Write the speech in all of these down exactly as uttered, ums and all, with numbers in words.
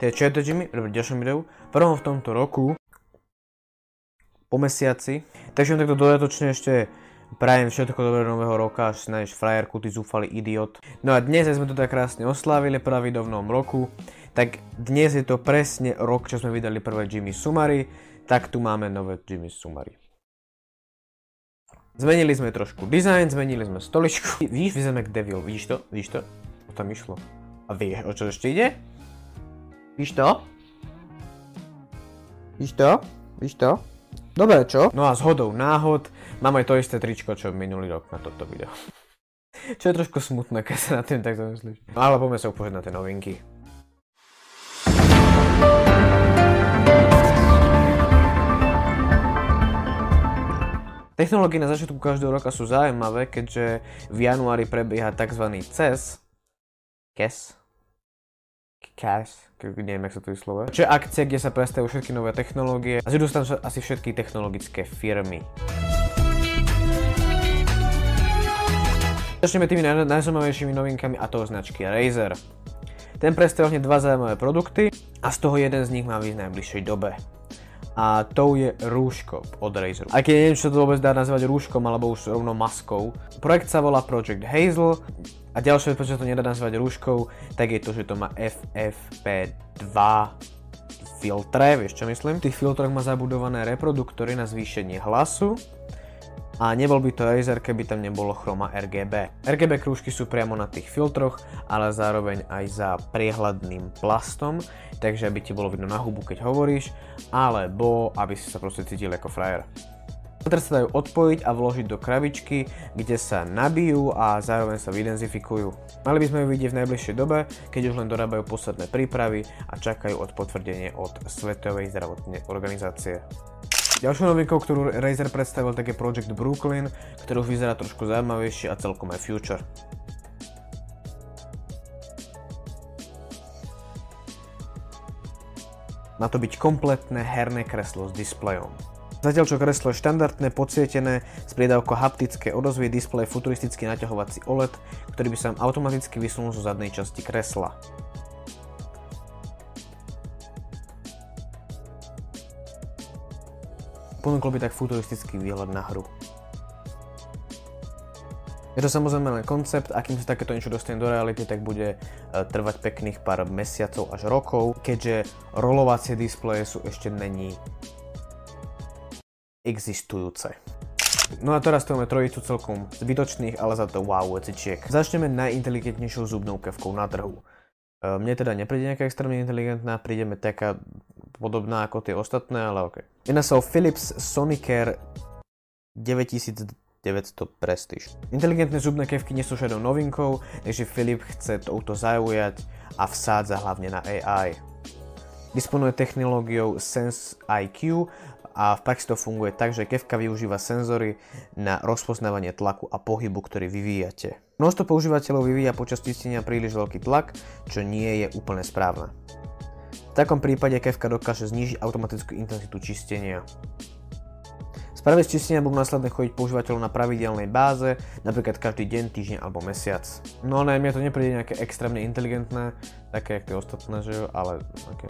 To je čo je to, Jimmy? Dobre, v ďalšom videu. Prvom v tomto roku. Po mesiaci. Takže takto dodatočne ešte prajem všetko dobré nového roka, až si nájdeš frajerku, ty zúfalý idiot. No a dnes sme to tak krásne oslávili, prvý v novom roku. Tak dnes je to presne rok, čo sme vydali prvé Jimmy Sumary. Tak tu máme nové Jimmy Sumary. Zmenili sme trošku dizajn, zmenili sme stoličku. Vidíš, vyzeráme k Devil, vidíš to? Vidíš to? O tam išlo. A vieš, o čo ešte ide? Víš to? Víš to? Víš to? Dobre, čo? No a zhodou náhod mám aj to isté tričko, čo minulý rok na toto video. Čo je trošku smutné, keď sa na tým tak zamyslíš. No ale poďme sa upozrieť na tie novinky. Technológie na začiatku každého roka sú zaujímavé, keďže v januári prebieha tzv. C E S. C E S. C E S. Neviem, jak sa to vyslovuje. Čo je akcia, kde sa predstavujú všetky nové technológie a zidú tam asi všetky technologické firmy. Začneme tými najzaujímavejšími novinkami a to značky Razer. Ten predstavil hneď dva zaujímavé produkty a z toho jeden z nich má výsť v najbližšej dobe. A to je rúško od Razeru. Aj keď neviem, čo to vôbec dá nazvať rúškom alebo už rovno maskou. Projekt sa volá Project Hazel a ďalšie, prečo to nedá nazvať rúškou, tak je to, že to má F F P dva filtre, vieš čo myslím? V tých filtroch má zabudované reproduktory na zvýšenie hlasu a nebol by to Razer, keby tam nebolo chroma R G B. R G B krúžky sú priamo na tých filtroch, ale zároveň aj za priehľadným plastom, takže aby ti bolo vidno na hubu, keď hovoríš, alebo aby si sa proste cítil ako frajer. Filtre sa dajú odpojiť a vložiť do krabičky, kde sa nabijú a zároveň sa vydenzifikujú. Mali by sme ju vidieť v najbližšej dobe, keď už len dorábajú posledné prípravy a čakajú od potvrdenie od Svetovej zdravotnej organizácie. Ďalšou novinkou, ktorú Razer predstavil, tak je Project Brooklyn, ktorý už vyzerá trošku zaujímavejšie a celkom aj future. Má to byť kompletné herné kreslo s displejom. Zatiaľ čo kreslo je štandardné, podsvietené, s pridávkou haptické odozvy, displej futuristický naťahovací ó el é dé, ktorý by sa automaticky vysunul zo zadnej časti kresla. Ponúkol by tak futuristický výhľad na hru. Je to samozrejme len koncept, a kým sa takéto niečo dostane do reality, tak bude trvať pekných pár mesiacov až rokov, keďže rolovacie displeje sú ešte není existujúce. No a teraz tu máme trojicu celkom zbytočných, ale za to wow vecičiek. Začneme najinteligentnejšou zubnou kevkou na trhu. Mne teda nepríde nejaká extrémne inteligentná, príde mi taká podobná ako tie ostatné, ale ok. Jedná sa o Philips Sonicare deväťtisícdeväťsto Prestige. Inteligentné zubné kevky nie sú žiadnou novinkou, takže Philips chce touto zaujať a vsádza hlavne na á í. Disponuje technológiou Sense í kvé a v praxi to funguje tak, že kevka využíva senzory na rozpoznávanie tlaku a pohybu, ktorý vyvíjate. Množstvo používateľov vyvíja počas čistenia príliš veľký tlak, čo nie je úplne správne. V takom prípade kevka dokáže znížiť automatickú intenzitu čistenia. Správy z čistenia budú následne chodiť používateľom na pravidelnej báze, napríklad každý deň, týždeň alebo mesiac. No ale mne to nepríde nejaké extrémne inteligentné, také jak tie ostatné, že jo, ale ok.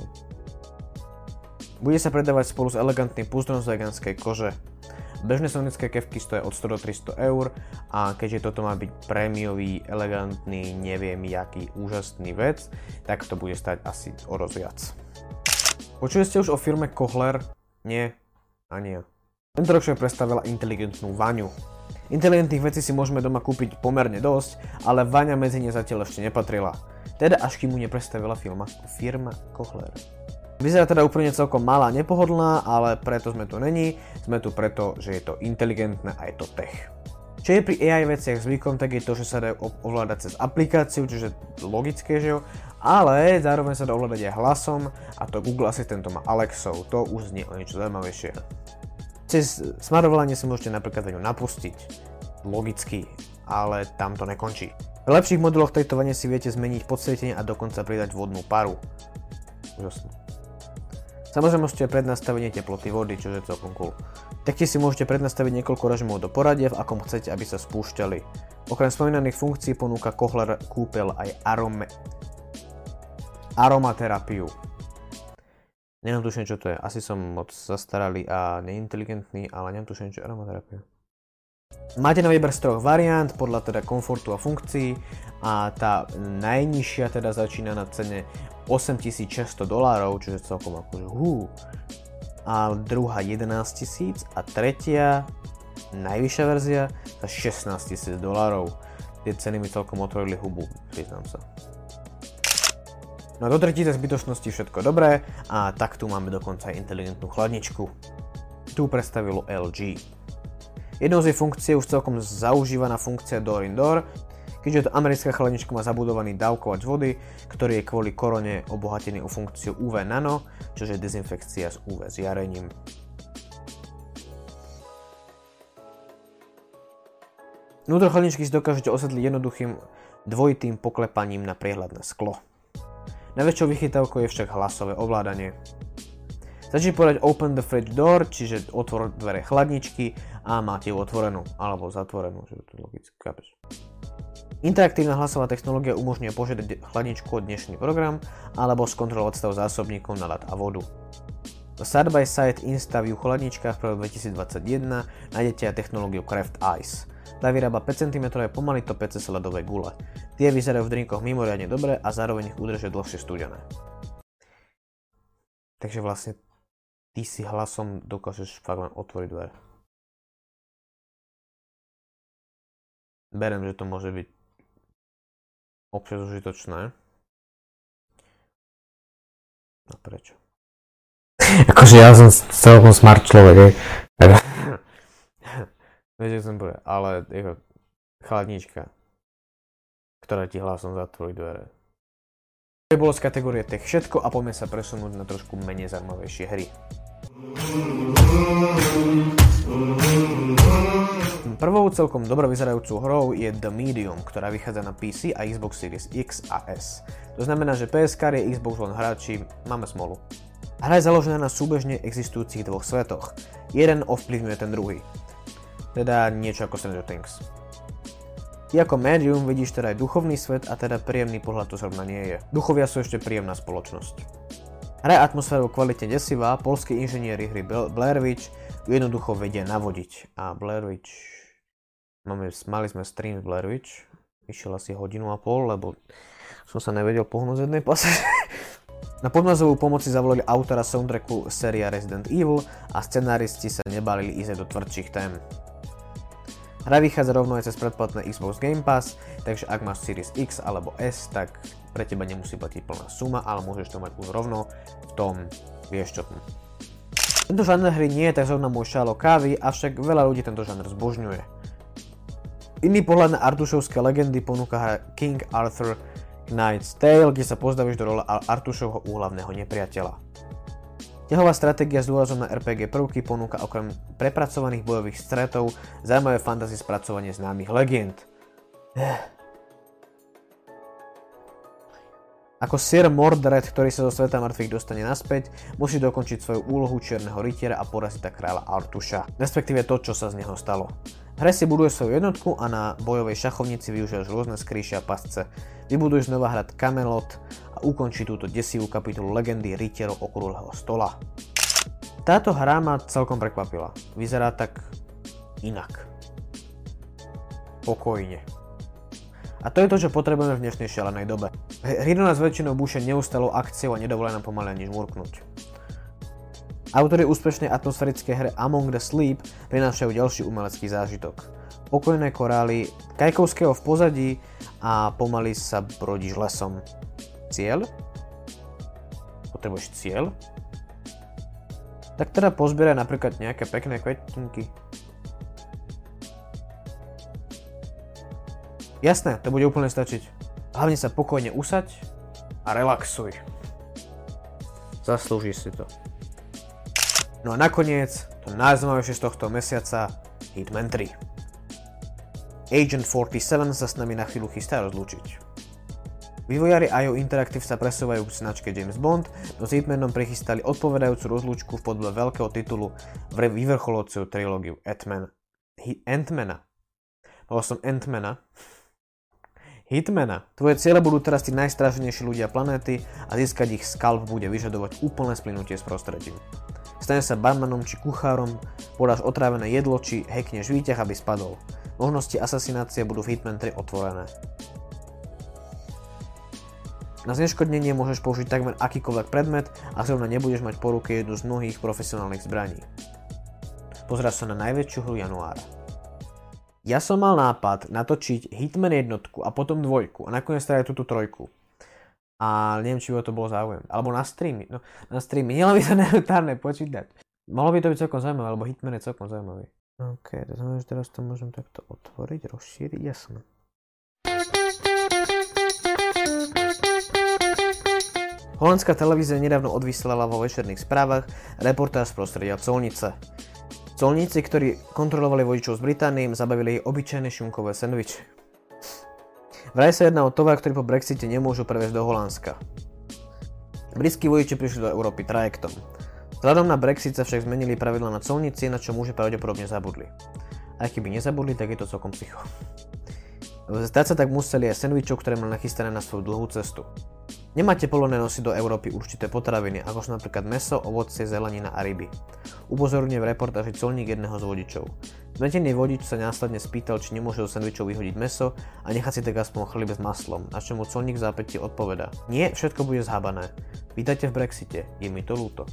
Bude sa predávať spolu s elegantným púzdrom z veganskej kože. Bežné sonické kevky stoja od sto do tristo eur a keďže toto má byť prémiový, elegantný, neviem jaký úžasný vec, tak to bude stať asi o roz viac. Počuli ste už o firme Kohler? Nie? Ani ja. Tento rok však predstavila inteligentnú vaňu. Inteligentných vecí si môžeme doma kúpiť pomerne dosť, ale vaňa medzi ne zatiaľ ešte nepatrila. Teda až kým mu nepredstavila firma, firma Kohler. Vyzerá teda úplne celkom malá, nepohodlná, ale preto sme tu není, sme tu preto, že je to inteligentné a je to tech. Čo je pri á í veciach zvykom, tak je to, že sa dajú ovládať cez aplikáciu, čiže logické, že jo, ale zároveň sa dá ovládať aj hlasom a to Google Asistentom a Alexou, to už znie o niečo zaujímavejšie. Cez smarovlanie si môžete napríklad veňu napustiť, logicky, ale tam to nekončí. V lepších modeloch tejto vane si viete zmeniť podsvietenie a dokonca pridať vodnú paru. Úžasné. Samozrejme môžete prednastavenie teploty vody, čo je celkom cool. Taktiež si môžete prednastaviť niekoľko režimov do poradia, v akom chcete, aby sa spúšťali. Okrem spomínaných funkcií ponúka Kohler kúpeľ aj arome... aromaterapiu. Nemám tušenie, čo to je. Asi som moc zastaralý a neinteligentný, ale nemám tušenie, čo je aromaterapia. Máte na výber z troch variant podľa teda komfortu a funkcií a tá najnižšia teda začína na cene osemtisícšesťsto dolárov, čiže celkom akože hú. A druhá jedenásť tisíc a tretia najvyššia verzia za šestnásť tisíc dolárov. Tie ceny mi celkom otvorili hubu, priznám sa. No a do tretícej zbytočnosti všetko dobré a tak tu máme dokonca aj inteligentnú chladničku. Tu predstavilo el gé. Jednou z jej funkcií je už celkom zaužívaná funkcia Door in Door, keďže to americká chladnička má zabudovaný dávkovač vody, ktorý je kvôli korone obohatený o funkciu ú vé Nano, čo je dezinfekcia s ú vé žiarením. Vnútro chladničky si dokážete osvetliť jednoduchým dvojitým poklepaním na priehľadné sklo. Najväčšou vychytávkou je však hlasové ovládanie. Stačí povedať Open the fridge door, čiže otvor dvere chladničky a máte ju otvorenú, alebo zatvorenú, že to je logické, chápeš. Interaktívna hlasová technológia umožňuje požiadať chladničku o dnešný program, alebo skontrolovať stav zásobníkov na ľad a vodu. V side-by-side Insta-View chladničkách pre dvetisícdvadsaťjeden nájdete aj technológiu Craft Ice. Tá vyrába päť centimetrov pomaly topiace sa ľadové gule. Tie vyzerajú v drinkoch mimoriadne dobre a zároveň ich udržia dlhšie studené. Takže vlastne ty si hlasom dokážeš fakt len otvoriť dvere. Berem, že to môže byť občas užitočné. A prečo? Akože ja som celkom smart človek, hej. Vieš, čo chcem povedať, ale jeho chladnička, ktorá ti hlasom zatvorí dvere. To bolo z kategórie tech všetko a poďme sa presunúť na trošku menej zaujímavejšie hry. Prvou celkom dobre vyzerajúcou hrou je The Medium, ktorá vychádza na pé cé a Xbox Series X a S. To znamená, že pé es ká je Xbox One hráči, máme smolu. Hra je založená na súbežne existujúcich dvoch svetoch. Jeden ovplyvňuje ten druhý. Teda niečo ako Stranger Things. Ty ako médium vidíš teda aj duchovný svet a teda príjemný pohľad to zrovna nie je. Duchovia sú ešte príjemná spoločnosť. Hra je atmosférou kvalitne desivá, poľskí inžinieri hry Blair Witch ju jednoducho vedia navodiť. A Blair Witch... Máme, mali sme stream z Blair Witch, išiel asi hodinu a pol, lebo som sa nevedel pohnúť z jednej pasáže. Na podnázovú pomoci zavolali autora soundtracku séria Resident Evil a scenáristi sa nebálili ísť do tvrdších tém. Hra vychádza rovno aj cez predplatné Xbox Game Pass, takže ak máš Series X alebo S, tak pre teba nemusí platiť plná suma, ale môžeš to mať už rovno v tom, vieš čo. Tento žáner hry nie je tak zrovna môj šálok kávy, avšak veľa ľudí tento žáner zbožňuje. Iný pohľad na artušovské legendy ponúka hra King Arthur Knight's Tale, kde sa pozdravíš do role Artušovho úhlavného nepriateľa. Ťahová stratégia s dôrazom na er pé gé prvky ponúka okrem prepracovaných bojových stretov zaujímavé fantasy spracovanie známych legend. Ako Sir Mordred, ktorý sa zo sveta mŕtvych dostane naspäť, musí dokončiť svoju úlohu čierneho rytiera a poraziť tak kráľa Artuša, respektíve to, čo sa z neho stalo. V hre si buduješ svoju jednotku a na bojovej šachovnici využívaš rôzne skrýše a pasce. Vybuduješ znova hrad Camelot a ukončí túto desivú kapitolu legendy rytierov okrúhleho stola. Táto hra ma celkom prekvapila. Vyzerá tak inak. Pokojne. A to je to, čo potrebujeme v dnešnej šialenej dobe. Hry do nás väčšinou búšia neustalou akciou a nedovolia nám pomaly ani žmurknúť. Autori úspešnej atmosférickej hry Among the Sleep prinášajú ďalší umelecký zážitok. Pokojné korály, kajkovského v pozadí a pomaly sa brodíš lesom. Cieľ? Potrebuješ cieľ? Tak teda pozbieraj napríklad nejaké pekné kvetinky. Jasné, to bude úplne stačiť. Hlavne sa pokojne usaď a relaxuj. Zaslúžiš si to. No a nakoniec, to najzaujímavejšie z tohto mesiaca, Hitman tri. Agent štyridsaťsedem sa s nami na chvíľu chystá rozlúčiť. Vývojári í ó Interactive sa presúvajú k značke James Bond, no s Hitmanom prichystali odpovedajúcu rozlúčku v podobe veľkého titulu v vyvrcholujúcu trilógiu Ant-Man. Ant-Mana. Mal som Ant-Mana. Hitmana. Tvoje ciele budú teraz tí najstrašnejší ľudia planéty a získať ich skalp bude vyžadovať úplné splynutie s prostredím. Stane sa barmanom či kuchárom, podáš otrávené jedlo či hackneš výťah, aby spadol. Možnosti asasinácie budú v Hitman tri otvorené. Na zneškodnenie môžeš použiť takmer akýkoľvek predmet a zrovna nebudeš mať po ruke jednu z mnohých profesionálnych zbraní. Pozeraj sa na najväčšiu hru januára. Ja som mal nápad natočiť Hitman jednotku a potom dvojku a nakoniec aj túto trojku. A neviem, či by to bolo záujem. Alebo na streamy. No, na streamy. Nielen by sa neutárne počítať. Mohlo by to byť celkom zaujímavé, lebo Hitman je celkom zaujímavý. OK, to znamená, že teraz to môžem takto otvoriť, rozšíriť, jasné. Holandská televízia nedávno odvysielala vo večerných správach reportáž z prostredia colnice. Colníci, ktorí kontrolovali vodičov z Británie, im zabavili ich obyčajné šunkové sendviče. Vraj sa jedná o tovar, ktorý po Brexite nemôžu previesť do Holandska. Britskí vodiči prišli do Európy trajektom. Vzhľadom na Brexit sa však zmenili pravidlá na colnici, na čo muži pravdepodobne zabudli. Aj keby nezabudli, tak je to celkom psycho. Zdať sa tak museli aj sendvičov, ktoré mali nachystané na svoju dlhú cestu. Nemáte povolené nosiť do Európy určité potraviny, ako sú napríklad mäso, ovocie, zelenina a ryby. Upozorňuje v reportáži colník jedného z vodičov. Zmetený vodič sa následne spýtal, či nemôže do sendvičov vyhodiť mäso a nechať si tak aspoň chlieb s maslom, na čo mu colník v zápätí odpoveda: Nie, všetko bude zhabané. Vítajte v Brexite, je mi to ľúto.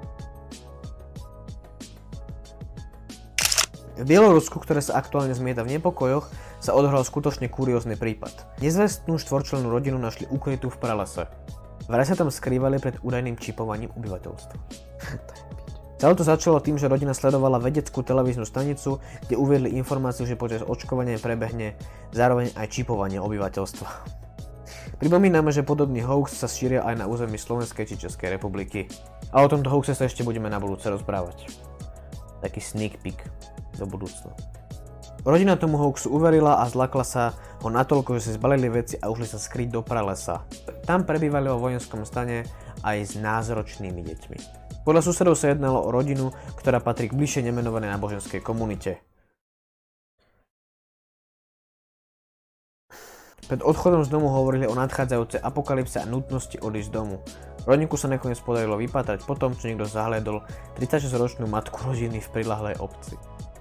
V Bielorusku, ktoré sa aktuálne zmieta v nepokojoch, sa odohral skutočne kuriózny prípad. Nezvestnú štvorčlennú rodinu našli ukrytú v pralese. Vraj sa tam skrývali pred údajným čipovaním obyvateľstva. Celé to začalo tým, že rodina sledovala vedeckú televíznu stanicu, kde uviedli informáciu, že počas očkovania prebehne zároveň aj čipovanie obyvateľstva. Pripomíname, že podobný hoax sa šíria aj na území Slovenskej či Českej republiky. A o tomto hoaxe sa ešte budeme na budúce rozprávať. Taký sneak peek do budúcna. Rodina tomu hoaxu uverila a zlakla sa ho natoľko, že si zbalili veci a ušli sa skryť do pralesa. Tam prebývali vo vojenskom stane aj s názročnými deťmi. Podľa susedov sa jednalo o rodinu, ktorá patrí k bližšie nemenovanej náboženskej komunite. Pred odchodom z domu hovorili o nadchádzajúcej apokalypse a nutnosti odísť z domu. Rodníku sa nakoniec podarilo vypátrať potom, čo niekto zahliadol tridsaťšesťročnú matku rodiny v priľahlej obci.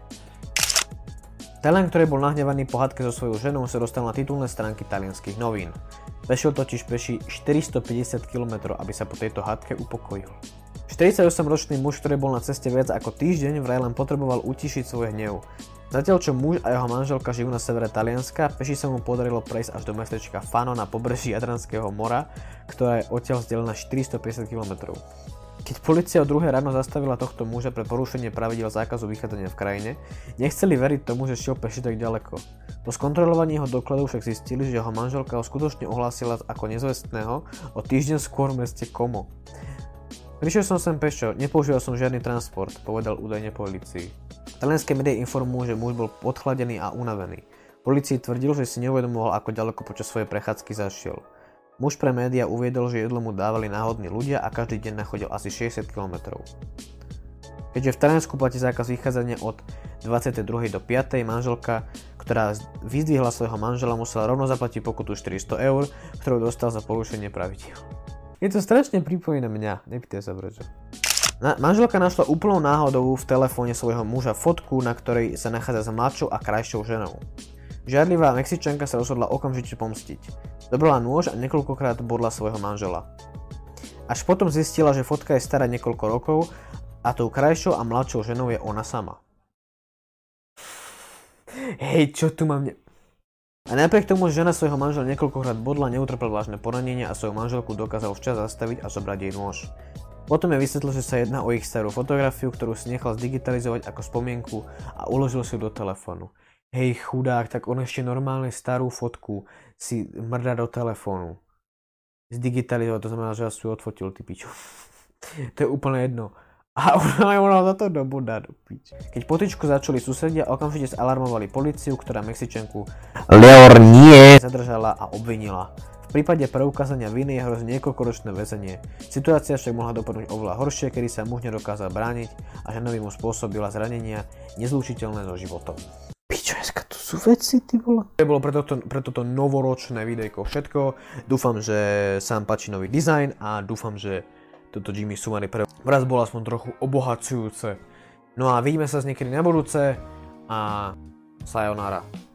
Talian, ktorý bol nahnevaný po hádke so svojou ženou, sa dostal na titulné stránky talianskych novín. Prešiel totiž peši štyristopäťdesiat kilometrov, aby sa po tejto hádke upokojil. štyridsaťosemročný muž, ktorý bol na ceste viac ako týždeň, vraj len potreboval utišiť svoj hnev. Zatiaľ čo muž a jeho manželka žijú na severe Talianska, peši sa mu podarilo prejsť až do mestečka Fano na pobreží Jadranského mora, ktorá je odtiaľ vzdialená štyristopäťdesiat kilometrov. Keď polícia o druhej ráno zastavila tohto muža pre porušenie pravidiel zákazu vychádzania v krajine, nechceli veriť tomu, že šiel peši tak ďaleko. Po skontrolovaní jeho dokladov však zistili, že jeho manželka ho skutočne ohlásila ako nezvestného o týždeň skôr v meste Como. Prišiel som sem pešo, nepoužíval som žiadny transport, povedal údajne polícii. Talianské médiá informujú, že muž bol podchladený a unavený. Polícii tvrdil, že si neuvedomoval, ako ďaleko počas svojej prechádzky zašiel. Muž pre médiá uviedol, že jedlo mu dávali náhodní ľudia a každý deň nachodil asi šesťdesiat kilometrov. Keďže v Taliansku platí zákaz vychádzania od dvadsiatej druhej do piatej, manželka, ktorá vyzdvihla svojho manžela, musela rovno zaplatiť pokutu štyristo eur, ktorú dostal za porušenie pravidiel. Je to strašne pripomína mňa, nepýtaj sa prečo. Na, manželka našla úplnou náhodou v telefóne svojho muža fotku, na ktorej sa nachádza s mladšou a krajšou ženou. Žiarlivá Mexičanka sa rozhodla okamžite pomstiť. Zobrala nôž a niekoľkokrát bodla svojho manžela. Až potom zistila, že fotka je stará niekoľko rokov a tou krajšou a mladšou ženou je ona sama. Hej, čo tu mám ne... A napriek tomu, že žena svojho manžela niekoľkokrát bodla, neutrpel vážne poranenie a svoju manželku dokázal včas zastaviť a zobrať jej nôž. Potom je vysvetlil, že sa jedná o ich starú fotografiu, ktorú si nechal zdigitalizovať ako spomienku a uložil si ju do telefónu. Hej chudák, tak on ešte normálne starú fotku si mrdá do telefónu. Zdigitalizovať, to znamená, že ja si ju odfotil, ty piču. To je úplne jedno. A ona za to dobu dá do piču. Keď potičku začali susedia, okamžite zalarmovali políciu, ktorá Mexičanku Leor nie zadržala a obvinila. V prípade preukázania viny hrozí niekoľkoročné väzenie. Situácia však mohla dopadnúť oveľa horšie, kedy sa muž nedokázal brániť a žena by mu spôsobila zranenia nezlučiteľné so životom. Pičo, dneska tu sú veci, ty vole? To bolo pre toto, pre toto novoročné videjko všetko. Dúfam, že sa vám páči nový dizajn a dúfam, že toto Jimmy Sumari pre vás bolo aspoň trochu obohacujúce. No a vidíme sa z niekedy na budúce a sayonara.